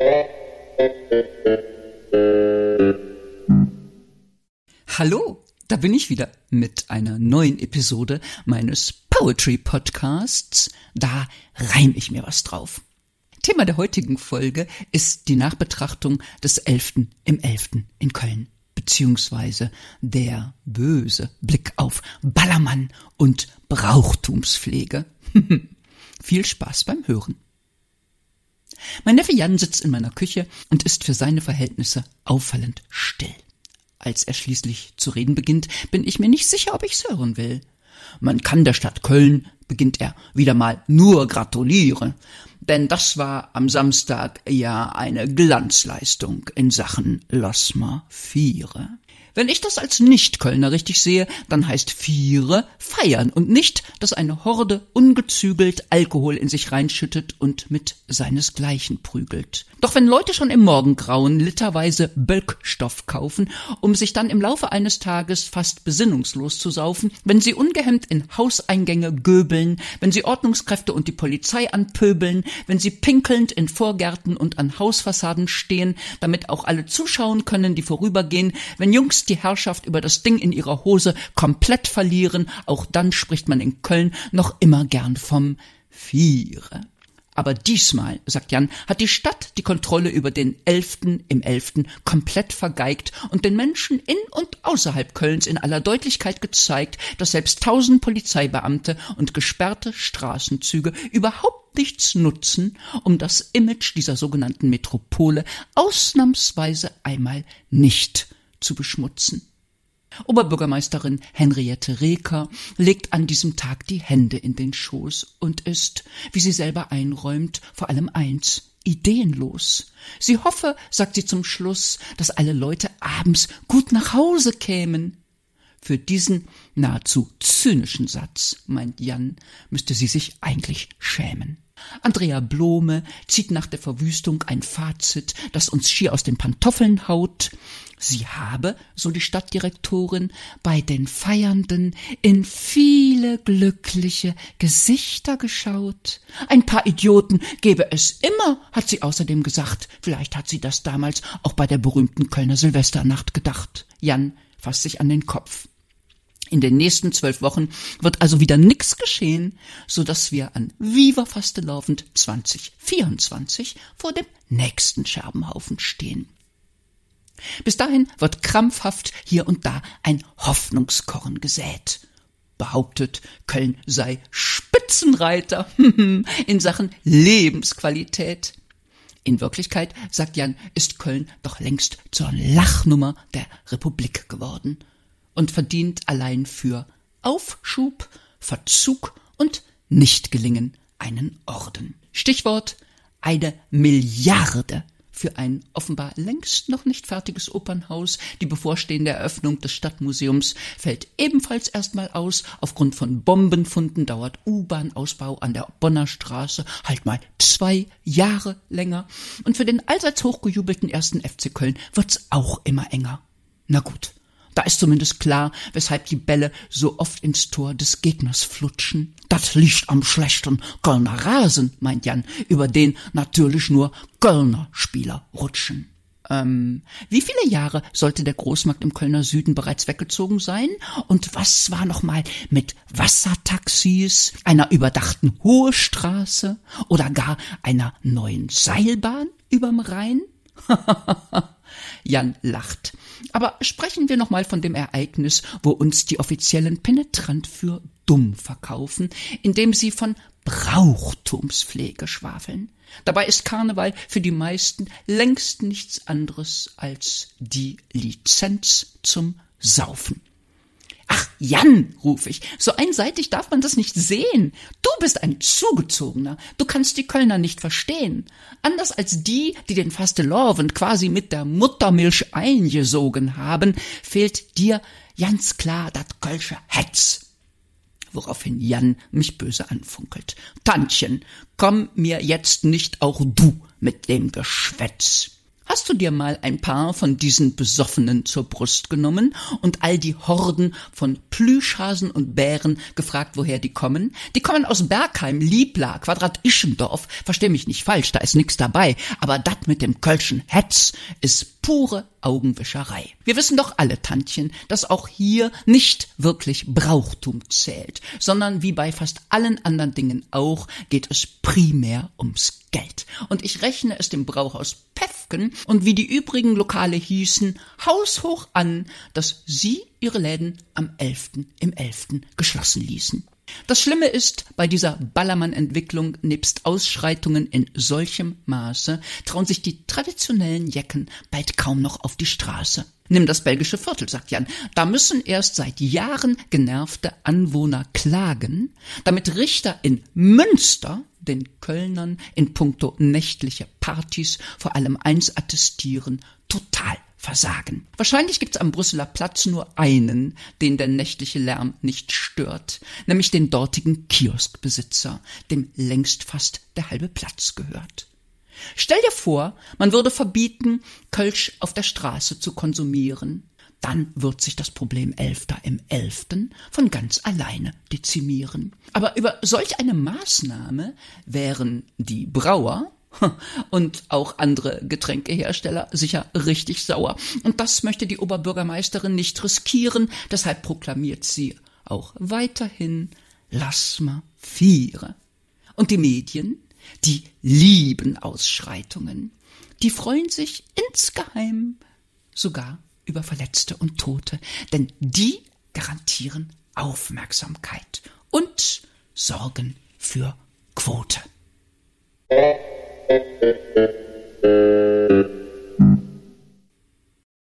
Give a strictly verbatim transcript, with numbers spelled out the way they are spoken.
Hallo, da bin ich wieder mit einer neuen Episode meines Poetry-Podcasts. Da reim ich mir was drauf. Thema der heutigen Folge ist die Nachbetrachtung des elften im elften in Köln, beziehungsweise der böse Blick auf Ballermann und Brauchtumspflege. Viel Spaß beim Hören. Mein Neffe Jan sitzt in meiner Küche und ist für seine Verhältnisse auffallend still. Als er schließlich zu reden beginnt, bin ich mir nicht sicher, ob ich's hören will. Man kann der Stadt Köln, beginnt er, wieder mal nur gratulieren, denn das war am Samstag ja eine Glanzleistung in Sachen Lass ma Viere. Wenn ich das als Nicht-Kölner richtig sehe, dann heißt Viere feiern und nicht, dass eine Horde ungezügelt Alkohol in sich reinschüttet und mit seinesgleichen prügelt. Doch wenn Leute schon im Morgengrauen literweise Bölkstoff kaufen, um sich dann im Laufe eines Tages fast besinnungslos zu saufen, wenn sie ungehemmt in Hauseingänge göbeln, wenn sie Ordnungskräfte und die Polizei anpöbeln, wenn sie pinkelnd in Vorgärten und an Hausfassaden stehen, damit auch alle zuschauen können, die vorübergehen, wenn Jungs die Herrschaft über das Ding in ihrer Hose komplett verlieren, auch dann spricht man in Köln noch immer gern vom Viere. Aber diesmal, sagt Jan, hat die Stadt die Kontrolle über den elften im elften komplett vergeigt und den Menschen in und außerhalb Kölns in aller Deutlichkeit gezeigt, dass selbst tausend Polizeibeamte und gesperrte Straßenzüge überhaupt nichts nutzen, um das Image dieser sogenannten Metropole ausnahmsweise einmal nicht zu beschmutzen. Oberbürgermeisterin Henriette Reker legt an diesem Tag die Hände in den Schoß und ist, wie sie selber einräumt, vor allem eins, ideenlos. Sie hoffe, sagt sie zum Schluss, dass alle Leute abends gut nach Hause kämen. Für diesen nahezu zynischen Satz, meint Jan, müsste sie sich eigentlich schämen. Andrea Blome zieht nach der Verwüstung ein Fazit, das uns schier aus den Pantoffeln haut. Sie habe, so die Stadtdirektorin, bei den Feiernden in viele glückliche Gesichter geschaut. Ein paar Idioten gebe es immer, hat sie außerdem gesagt. Vielleicht hat sie das damals auch bei der berühmten Kölner Silvesternacht gedacht. Jan fasst sich an den Kopf. In den nächsten zwölf Wochen wird also wieder nix geschehen, so dass wir an Viva Fastelavend zwanzig vierundzwanzig vor dem nächsten Scherbenhaufen stehen. Bis dahin wird krampfhaft hier und da ein Hoffnungskorn gesät. Behauptet, Köln sei Spitzenreiter in Sachen Lebensqualität. In Wirklichkeit, sagt Jan, ist Köln doch längst zur Lachnummer der Republik geworden und verdient allein für Aufschub, Verzug und Nichtgelingen einen Orden. Stichwort eine Milliarde für ein offenbar längst noch nicht fertiges Opernhaus. Die bevorstehende Eröffnung des Stadtmuseums fällt ebenfalls erstmal aus. Aufgrund von Bombenfunden dauert U-Bahn-Ausbau an der Bonner Straße halt mal zwei Jahre länger. Und für den allseits hochgejubelten ersten F C Köln wird's auch immer enger. Na gut. Da ist zumindest klar, weshalb die Bälle so oft ins Tor des Gegners flutschen. Das liegt am schlechten Kölner Rasen, meint Jan, über den natürlich nur Kölner Spieler rutschen. Ähm, wie viele Jahre sollte der Großmarkt im Kölner Süden bereits weggezogen sein? Und was war nochmal mit Wassertaxis, einer überdachten Hohestraße oder gar einer neuen Seilbahn überm Rhein? Jan lacht. Aber sprechen wir nochmal von dem Ereignis, wo uns die Offiziellen penetrant für dumm verkaufen, indem sie von Brauchtumspflege schwafeln. Dabei ist Karneval für die meisten längst nichts anderes als die Lizenz zum Saufen. Ach, Jan, ruf ich, so einseitig darf man das nicht sehen. Du bist ein Zugezogener, du kannst die Kölner nicht verstehen. Anders als die, die den Fastelavend quasi mit der Muttermilch eingesogen haben, fehlt dir ganz klar dat Kölsche Hetz. Woraufhin Jan mich böse anfunkelt. Tantchen, komm mir jetzt nicht auch du mit dem Geschwätz. Hast du dir mal ein paar von diesen Besoffenen zur Brust genommen und all die Horden von Plüschhasen und Bären gefragt, woher die kommen? Die kommen aus Bergheim, Liebla, Quadrat Ischendorf. Versteh mich nicht falsch, da ist nix dabei. Aber dat mit dem Kölschen Hetz ist pure Augenwischerei. Wir wissen doch alle, Tantchen, dass auch hier nicht wirklich Brauchtum zählt, sondern wie bei fast allen anderen Dingen auch, geht es primär ums Geld. Und ich rechne es dem Brauhaus Päffken und wie die übrigen Lokale hießen, haushoch an, dass sie ihre Läden am elften im elften geschlossen ließen. Das Schlimme ist, bei dieser Ballermann-Entwicklung nebst Ausschreitungen in solchem Maße trauen sich die traditionellen Jecken bald kaum noch auf die Straße. Nimm das belgische Viertel, sagt Jan. Da müssen erst seit Jahren genervte Anwohner klagen, damit Richter in Münster den Kölnern in puncto nächtliche Partys vor allem eins attestieren: total versagen. Wahrscheinlich gibt's am Brüsseler Platz nur einen, den der nächtliche Lärm nicht stört, nämlich den dortigen Kioskbesitzer, dem längst fast der halbe Platz gehört. Stell dir vor, man würde verbieten, Kölsch auf der Straße zu konsumieren. Dann wird sich das Problem Elfter im Elften von ganz alleine dezimieren. Aber über solch eine Maßnahme wären die Brauer und auch andere Getränkehersteller sicher richtig sauer. Und das möchte die Oberbürgermeisterin nicht riskieren, deshalb proklamiert sie auch weiterhin: Lass ma viere. Und die Medien, die lieben Ausschreitungen. Die freuen sich insgeheim sogar über Verletzte und Tote, denn die garantieren Aufmerksamkeit und sorgen für Quote. Thank you.